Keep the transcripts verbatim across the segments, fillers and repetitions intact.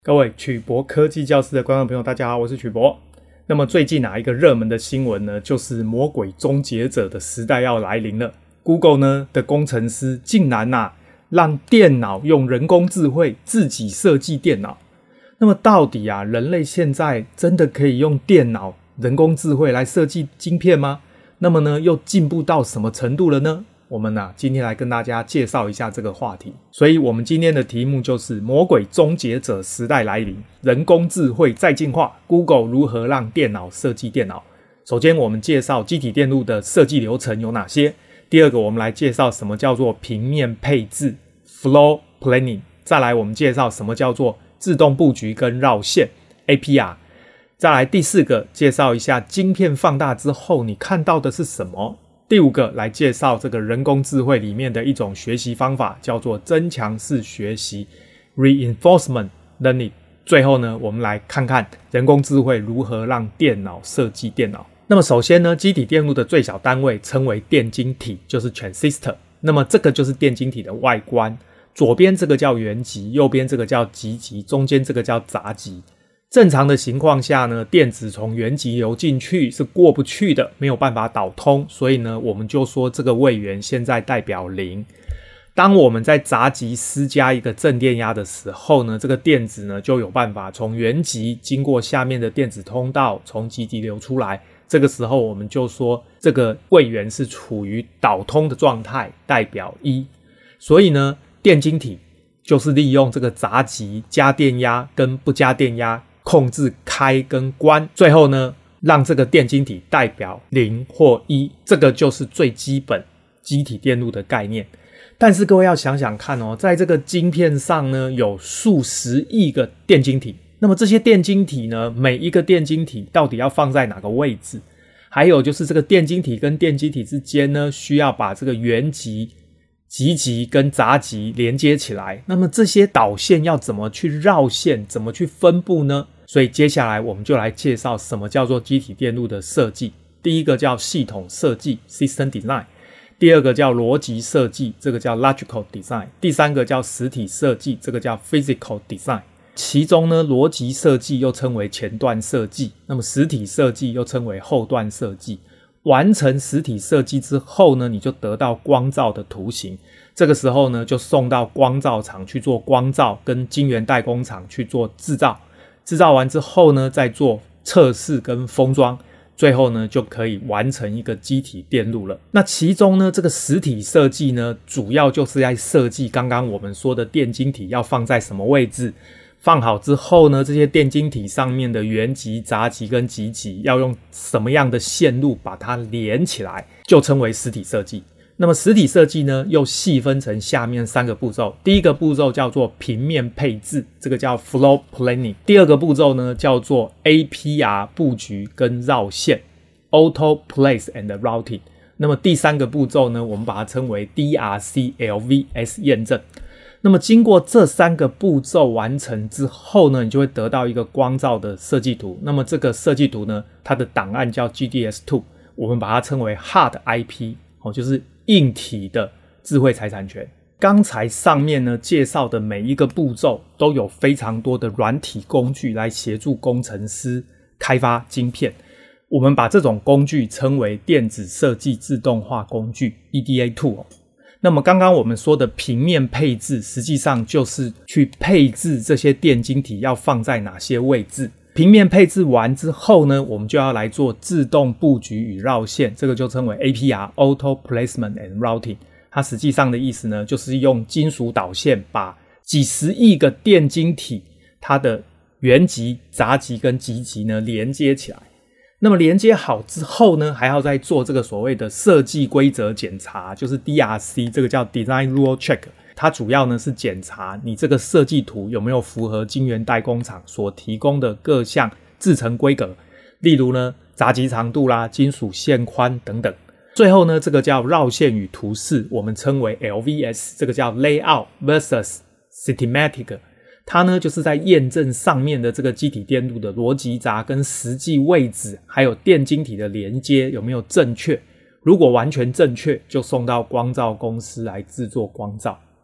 各位曲博科技教室的观众朋友大家好，我是曲博。那么最近啊一个热门的新闻呢，就是魔鬼终结者的时代要来临了。 Google 呢的工程师竟然啊让电脑用人工智慧自己设计电脑。那么到底啊人类现在真的可以用电脑人工智慧来设计晶片吗？那么呢又进步到什么程度了呢？我们啊今天来跟大家介绍一下这个话题。所以我们今天的题目就是魔鬼终结者时代来临，人工智慧再进化， Google 如何让电脑设计电脑。首先我们介绍机体电路的设计流程有哪些。第二个我们来介绍什么叫做平面配置 Floor Planning。 再来我们介绍什么叫做自动布局跟绕线 A P R。 再来第四个介绍一下晶片放大之后你看到的是什么。第五个来介绍这个人工智慧里面的一种学习方法，叫做增强式学习 Reinforcement Learning。 最后呢我们来看看人工智慧如何让电脑设计电脑。那么首先呢，机体电路的最小单位称为电晶体，就是 transistor。 那么这个就是电晶体的外观，左边这个叫原极，右边这个叫极极，中间这个叫杂极。正常的情况下呢，电子从原极流进去是过不去的，没有办法导通，所以呢我们就说这个位元现在代表零。当我们在杂极施加一个正电压的时候呢，这个电子呢就有办法从原极经过下面的电子通道从极极流出来。这个时候我们就说这个位元是处于导通的状态，代表一。所以呢电晶体就是利用这个杂极加电压跟不加电压控制开跟关，最后呢让这个电晶体代表零或一，这个就是最基本机体电路的概念。但是各位要想想看哦，在这个晶片上呢有数十亿个电晶体，那么这些电晶体呢每一个电晶体到底要放在哪个位置，还有就是这个电晶体跟电晶体之间呢需要把这个原极极极跟杂极连接起来，那么这些导线要怎么去绕线，怎么去分布呢？所以接下来我们就来介绍什么叫做机体电路的设计。第一个叫系统设计 System Design， 第二个叫逻辑设计，这个叫 Logical Design， 第三个叫实体设计，这个叫 Physical Design。 其中呢逻辑设计又称为前段设计，那么实体设计又称为后段设计。完成实体设计之后呢，你就得到光照的图形，这个时候呢就送到光照厂去做光照，跟晶圆代工厂去做制造，制造完之后呢再做测试跟封装，最后呢就可以完成一个机体电路了。那其中呢这个实体设计呢主要就是在设计刚刚我们说的电晶体要放在什么位置，放好之后呢这些电晶体上面的原极杂极跟极极要用什么样的线路把它连起来，就称为实体设计。那么实体设计呢又细分成下面三个步骤。第一个步骤叫做平面配置，这个叫 Floor Planning。 第二个步骤呢叫做 A P R 布局跟绕线 Auto Place and Routing。 那么第三个步骤呢我们把它称为 D R C L V S 验证。那么经过这三个步骤完成之后呢，你就会得到一个光照的设计图。那么这个设计图呢它的档案叫 G D S 二， 我们把它称为 Hard I P， 哦，就是硬体的智慧财产权。刚才上面呢介绍的每一个步骤都有非常多的软体工具来协助工程师开发晶片，我们把这种工具称为电子设计自动化工具 E D A Tool。那么刚刚我们说的平面配置实际上就是去配置这些电晶体要放在哪些位置。平面配置完之后呢，我们就要来做自动布局与绕线，这个就称为 A P R Auto Placement and Routing。 它实际上的意思呢就是用金属导线把几十亿个电晶体它的原极杂极跟极极呢连接起来。那么连接好之后呢还要再做这个所谓的设计规则检查，就是 D R C， 这个叫 Design Rule Check。 它主要呢是检查你这个设计图有没有符合晶圆代工厂所提供的各项制程规格，例如呢杂极长度啦、金属线宽等等。最后呢这个叫绕线与图示，我们称为 L V S， 这个叫 Layout versus Systematic。它呢就是在验证上面的这个机体电路的逻辑闸跟实际位置，还有电晶体的连接有没有正确。如果完全正确，就送到光照公司来制作光照。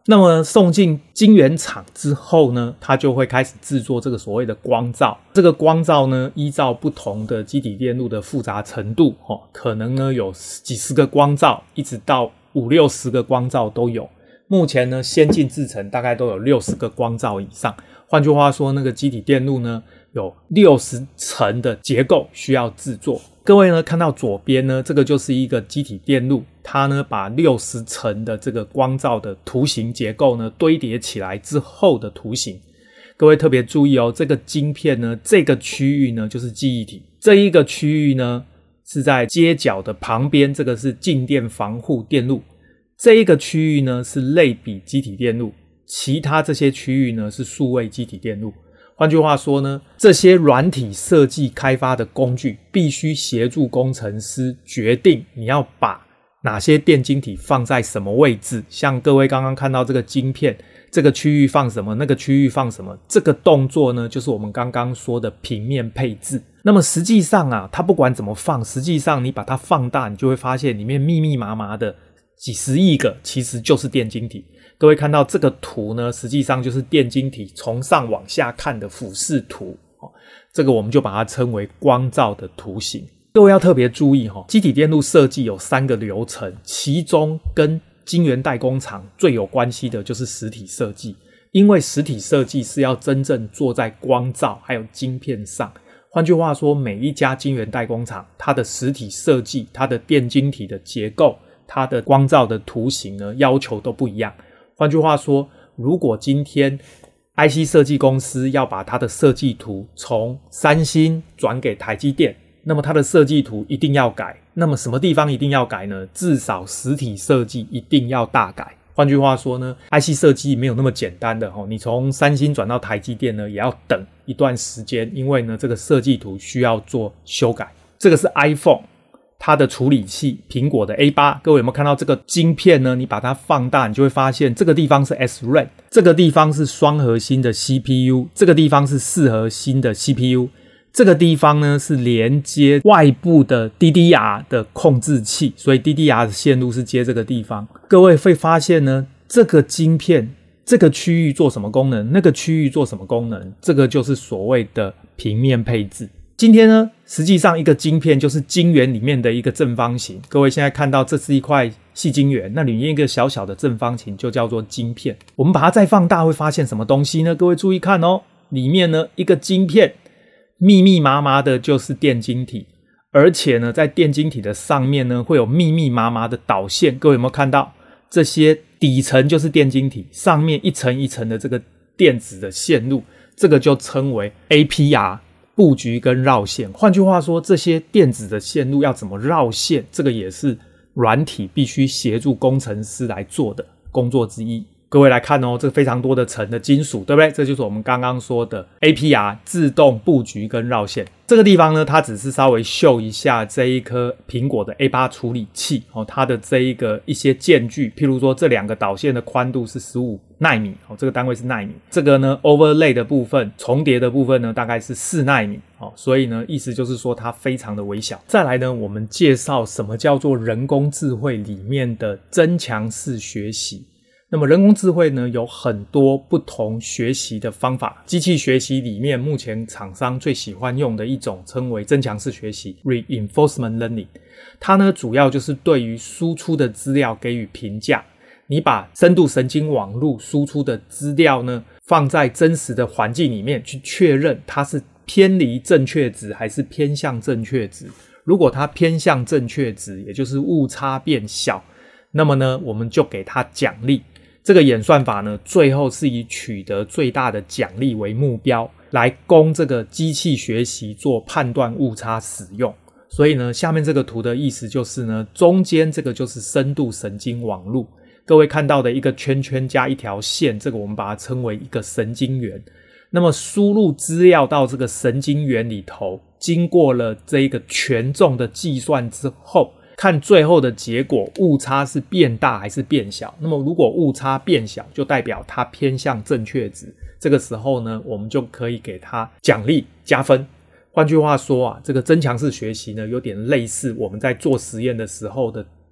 那么送进晶圆厂之后呢，它就会开始制作这个所谓的光罩。这个光罩呢，依照不同的基体电路的复杂程度，哦，可能呢有几十个光罩，一直到五六十个光罩都有。目前呢，先进制程大概都有六十个光罩以上。换句话说，那个基体电路呢，有六十层的结构需要制作。各位呢，看到左边呢，这个就是一个基体电路，它呢把六十层的这个光罩的图形结构呢堆叠起来之后的图形。各位特别注意哦，这个晶片呢，这个区域呢就是记忆体，这一个区域呢是在接角的旁边，这个是静电防护电路。这一个区域呢是类比基体电路，其他这些区域呢是数位基体电路。换句话说呢，这些软体设计开发的工具必须协助工程师决定你要把哪些电晶体放在什么位置。像各位刚刚看到这个晶片，这个区域放什么，那个区域放什么，这个动作呢就是我们刚刚说的平面配置。那么实际上啊，它不管怎么放，实际上你把它放大，你就会发现里面密密麻麻的几十亿个其实就是电晶体。各位看到这个图呢，实际上就是电晶体从上往下看的俯视图，这个我们就把它称为光罩的图形。各位要特别注意，基体电路设计有三个流程，其中跟晶圆代工厂最有关系的就是实体设计，因为实体设计是要真正做在光罩还有晶片上。换句话说，每一家晶圆代工厂它的实体设计，它的电晶体的结构，它的光罩的图形呢，要求都不一样。换句话说，如果今天 I C 设计公司要把它的设计图从三星转给台积电，那么它的设计图一定要改。那么什么地方一定要改呢？至少实体设计一定要大改。换句话说呢， I C 设计没有那么简单的，你从三星转到台积电呢，也要等一段时间，因为呢这个设计图需要做修改。这个是 iPhone它的处理器，苹果的 A 八， 各位有没有看到这个晶片呢？你把它放大，你就会发现这个地方是 S R A M， 这个地方是双核心的 C P U， 这个地方是四核心的 C P U， 这个地方呢是连接外部的 D D R 的控制器，所以 D D R 的线路是接这个地方。各位会发现呢，这个晶片这个区域做什么功能，那个区域做什么功能，这个就是所谓的平面配置。今天呢，实际上一个晶片就是晶圆里面的一个正方形。各位现在看到这是一块细晶圆，那里面一个小小的正方形就叫做晶片。我们把它再放大会发现什么东西呢？各位注意看哦，里面呢一个晶片密密麻麻的就是电晶体，而且呢在电晶体的上面呢会有密密麻麻的导线。各位有没有看到？这些底层就是电晶体，上面一层一层的这个电子的线路，这个就称为 A P R。布局跟绕线，换句话说，这些电子的线路要怎么绕线，这个也是软体必须协助工程师来做的工作之一。各位来看哦，这个非常多的层的金属，对不对？这就是我们刚刚说的 A P R 自动布局跟绕线。这个地方呢，它只是稍微秀一下这一颗苹果的 A 八 处理器哦，它的这一个一些间距，譬如说这两个导线的宽度是十五奈米哦，这个单位是奈米。这个呢 overlay 的部分，重叠的部分呢大概是四奈米哦，所以呢意思就是说它非常的微小。再来呢，我们介绍什么叫做人工智慧里面的增强式学习。那么人工智慧呢有很多不同学习的方法，机器学习里面目前厂商最喜欢用的一种称为增强式学习 Reinforcement Learning， 它呢主要就是对于输出的资料给予评价。你把深度神经网络输出的资料呢放在真实的环境里面去确认它是偏离正确值还是偏向正确值。如果它偏向正确值，也就是误差变小，那么呢我们就给它奖励。这个演算法呢，最后是以取得最大的奖励为目标，来供这个机器学习做判断误差使用。所以呢，下面这个图的意思就是呢，中间这个就是深度神经网络。各位看到的一个圈圈加一条线，这个我们把它称为一个神经元。那么输入资料到这个神经元里头，经过了这一个权重的计算之后，看最后的结果误差是变大还是变小。那么如果误差变小，就代表它偏向正确值，这个时候呢我们就可以给它奖励加分。换句话说啊，这个增强式学习呢有点类似我们在做实验的时候的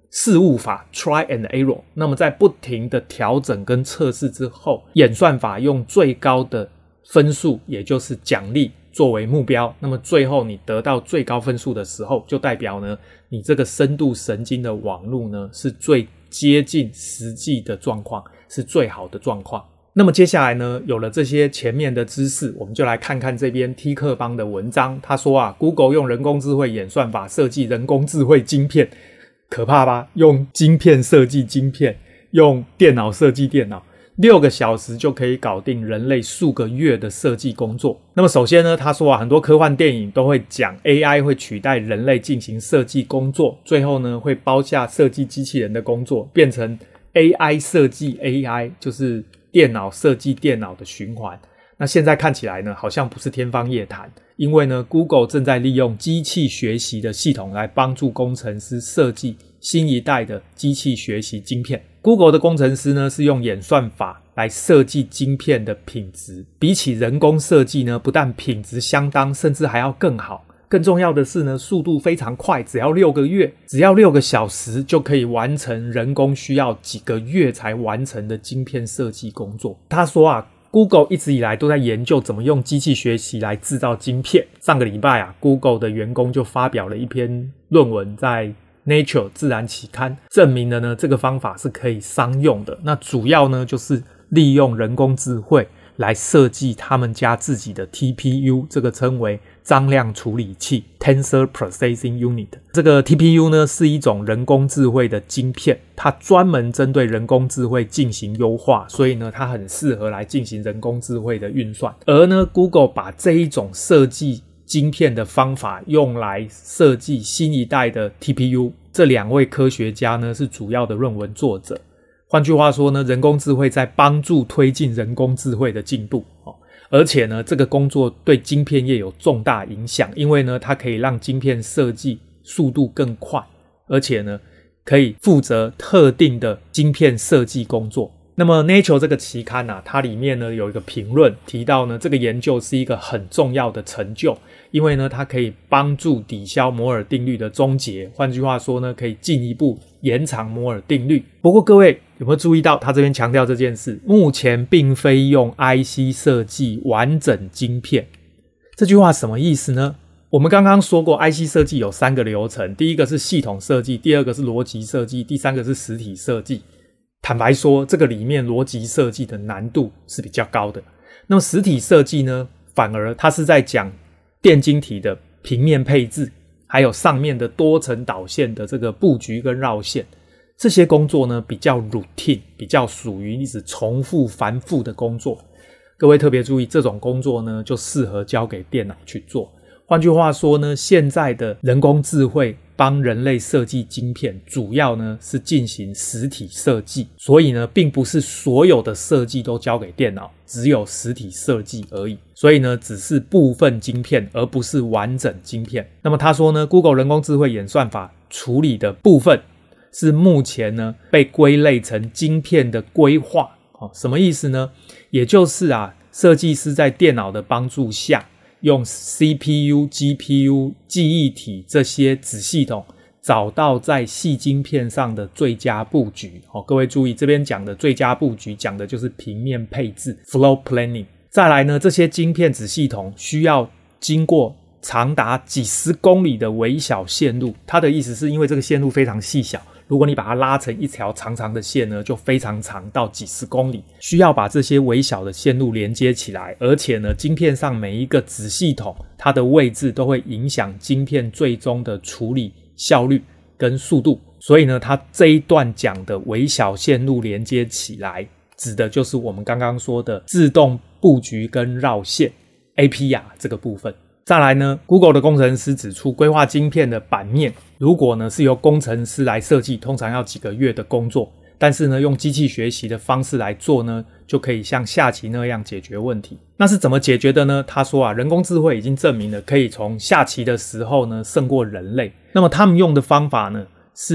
试误法 try and error， 那么在不停的调整跟测试之后，演算法用最高的分数，也就是奖励作为目标，那么最后你得到最高分数的时候，就代表呢你这个深度神经的网路呢是最接近实际的状况，是最好的状况。那么接下来呢，有了这些前面的知识，我们就来看看这边 T 课邦的文章。他说啊 Google 用人工智慧演算法设计人工智慧晶片，可怕吧？用晶片设计晶片，用电脑设计电脑，六个小时就可以搞定人类数个月的设计工作。那么首先呢，他说啊，很多科幻电影都会讲 A I 会取代人类进行设计工作，最后呢会包下设计机器人的工作，变成 A I 设计 A I， 就是电脑设计电脑的循环。那现在看起来呢，好像不是天方夜谭，因为呢 Google 正在利用机器学习的系统来帮助工程师设计新一代的机器学习晶片。 Google 的工程师呢是用演算法来设计晶片的品质，比起人工设计呢，不但品质相当，甚至还要更好。更重要的是呢，速度非常快，只要六个月，只要六个小时就可以完成人工需要几个月才完成的晶片设计工作。他说啊 Google 一直以来都在研究怎么用机器学习来制造晶片。上个礼拜啊 Google 的员工就发表了一篇论文在 Nature 自然期刊，证明了呢这个方法是可以商用的。那主要呢就是利用人工智慧来设计他们家自己的 T P U， 这个称为张量处理器 Tensor Processing Unit。 这个 T P U 呢是一种人工智慧的晶片，它专门针对人工智慧进行优化，所以呢它很适合来进行人工智慧的运算。而呢 Google 把这一种设计晶片的方法用来设计新一代的 T P U， 这两位科学家呢是主要的论文作者。换句话说呢，人工智慧在帮助推进人工智慧的进步，而且呢这个工作对晶片业有重大影响，因为呢它可以让晶片设计速度更快，而且呢可以负责特定的晶片设计工作。那么 Nature 这个期刊啊，它里面呢有一个评论提到呢，这个研究是一个很重要的成就，因为呢它可以帮助抵消摩尔定律的终结，换句话说呢可以进一步延长摩尔定律。不过各位有没有注意到他这边强调这件事，目前并非用 I C 设计完整晶片。这句话什么意思呢？我们刚刚说过 I C 设计有三个流程，第一个是系统设计，第二个是逻辑设计，第三个是实体设计。坦白说，这个里面逻辑设计的难度是比较高的。那么实体设计呢，反而它是在讲电晶体的平面配置，还有上面的多层导线的这个布局跟绕线。这些工作呢比较 routine， 比较属于一直重复繁复的工作。各位特别注意，这种工作呢就适合交给电脑去做。换句话说呢，现在的人工智慧帮人类设计晶片，主要呢是进行实体设计，所以呢并不是所有的设计都交给电脑，只有实体设计而已。所以呢只是部分晶片，而不是完整晶片。那么他说呢 Google 人工智慧演算法处理的部分是目前呢被归类成晶片的规划。哦，什么意思呢？也就是啊设计师在电脑的帮助下，用 C P U、G P U、记忆体这些子系统找到在细晶片上的最佳布局。哦，各位注意，这边讲的最佳布局讲的就是平面配置 Floor Planning。 再来呢，这些晶片子系统需要经过长达几十公里的微小线路，它的意思是因为这个线路非常细小，如果你把它拉成一条长长的线呢，就非常长，到几十公里，需要把这些微小的线路连接起来。而且呢，晶片上每一个子系统，它的位置都会影响晶片最终的处理效率跟速度。所以呢，它这一段讲的微小线路连接起来，指的就是我们刚刚说的自动布局跟绕线 A P I 这个部分。再来呢 Google 的工程师指出，规划晶片的版面如果呢是由工程师来设计，通常要几个月的工作，但是呢用机器学习的方式来做呢，就可以像下棋那样解决问题。那是怎么解决的呢？他说啊，人工智慧已经证明了可以从下棋的时候呢胜过人类。那么他们用的方法呢是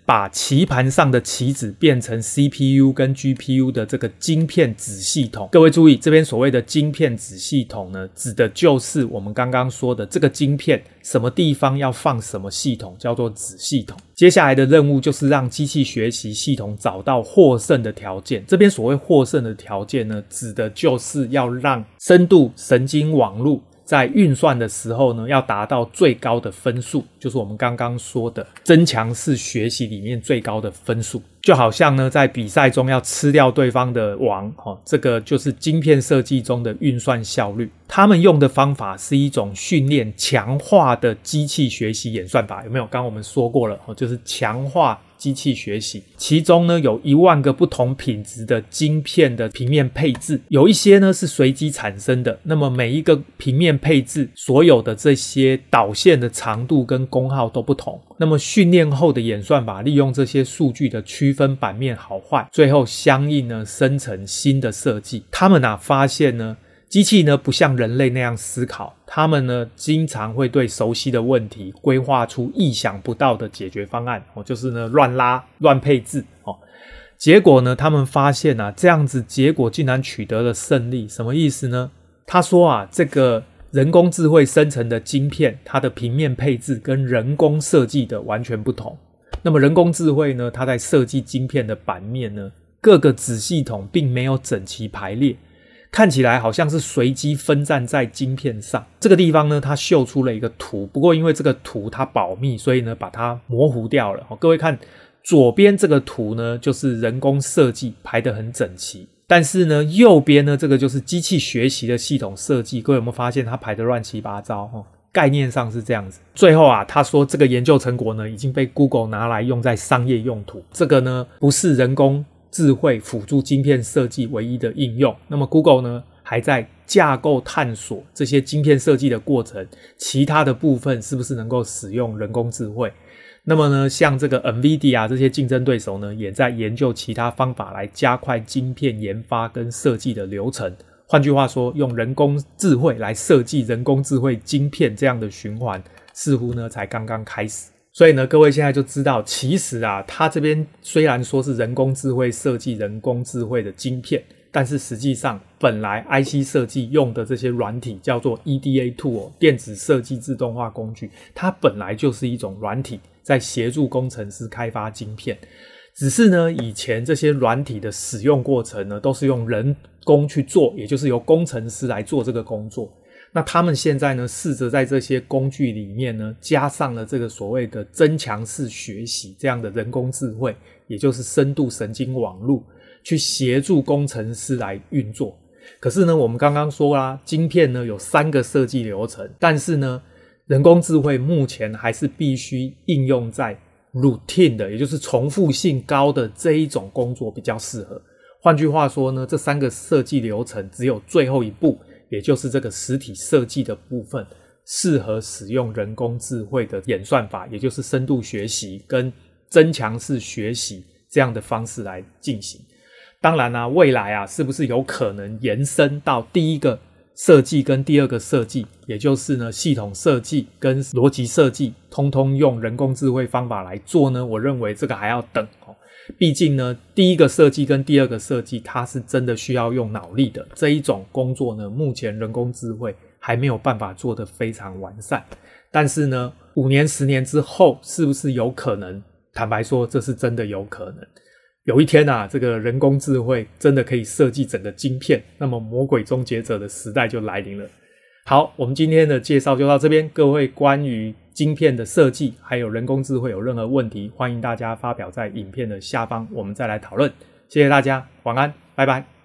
把棋盘上的棋子变成 C P U 跟 G P U 的这个晶片子系统。各位注意，这边所谓的晶片子系统呢，指的就是我们刚刚说的这个晶片什么地方要放什么系统，叫做子系统。接下来的任务就是让机器学习系统找到获胜的条件。这边所谓获胜的条件呢，指的就是要让深度神经网络在运算的时候呢，要达到最高的分数，就是我们刚刚说的增强式学习里面最高的分数。就好像呢，在比赛中要吃掉对方的王，哦，这个就是晶片设计中的运算效率。他们用的方法是一种训练强化的机器学习演算法，有没有？刚刚我们说过了，哦，就是强化机器学习，其中呢有一万个不同品质的晶片的平面配置，有一些呢是随机产生的。那么每一个平面配置所有的这些导线的长度跟功耗都不同。那么训练后的演算法利用这些数据的区分版面好坏，最后相应呢生成新的设计。他们啊发现呢，机器呢不像人类那样思考，他们呢经常会对熟悉的问题规划出意想不到的解决方案，哦，就是呢乱拉乱配置，哦。结果呢他们发现啊，这样子结果竟然取得了胜利。什么意思呢？他说啊，这个人工智慧生成的晶片，它的平面配置跟人工设计的完全不同。那么人工智慧呢，它在设计晶片的版面呢，各个子系统并没有整齐排列，看起来好像是随机分散在晶片上。这个地方呢，它秀出了一个图，不过因为这个图它保密，所以呢把它模糊掉了。各位看左边这个图呢，就是人工设计排得很整齐。但是呢，右边呢，这个就是机器学习的系统设计，各位有没有发现它排得乱七八糟？哦，概念上是这样子。最后啊，他说这个研究成果呢，已经被 Google 拿来用在商业用途。这个呢，不是人工智慧辅助晶片设计唯一的应用。那么 Google 呢，还在架构探索这些晶片设计的过程，其他的部分是不是能够使用人工智慧。那么呢，像这个 NVIDIA 这些竞争对手呢，也在研究其他方法来加快晶片研发跟设计的流程。换句话说，用人工智慧来设计人工智慧晶片这样的循环，似乎呢才刚刚开始。所以呢，各位现在就知道，其实啊，他这边虽然说是人工智慧设计人工智慧的晶片，但是实际上本来 I C 设计用的这些软体叫做 E D A tool 电子设计自动化工具，它本来就是一种软体，在协助工程师开发晶片。只是呢，以前这些软体的使用过程呢，都是用人工去做，也就是由工程师来做这个工作。那他们现在呢，试着在这些工具里面呢，加上了这个所谓的增强式学习这样的人工智慧，也就是深度神经网络，去协助工程师来运作。可是呢，我们刚刚说啦，晶片呢有三个设计流程，但是呢，人工智慧目前还是必须应用在 routine 的，也就是重复性高的这一种工作比较适合。换句话说呢，这三个设计流程只有最后一步，也就是这个实体设计的部分，适合使用人工智慧的演算法，也就是深度学习跟增强式学习这样的方式来进行。当然啊，未来啊，是不是有可能延伸到第一个设计跟第二个设计，也就是呢系统设计跟逻辑设计通通用人工智慧方法来做呢？我认为这个还要等哦。毕竟呢，第一个设计跟第二个设计它是真的需要用脑力的，这一种工作呢，目前人工智慧还没有办法做得非常完善。但是呢，五年十年之后是不是有可能？坦白说，这是真的有可能。有一天啊，这个人工智慧真的可以设计整个晶片，那么魔鬼终结者的时代就来临了。好，我们今天的介绍就到这边。各位关于晶片的设计还有人工智慧有任何问题，欢迎大家发表在影片的下方，我们再来讨论。谢谢大家，晚安，拜拜。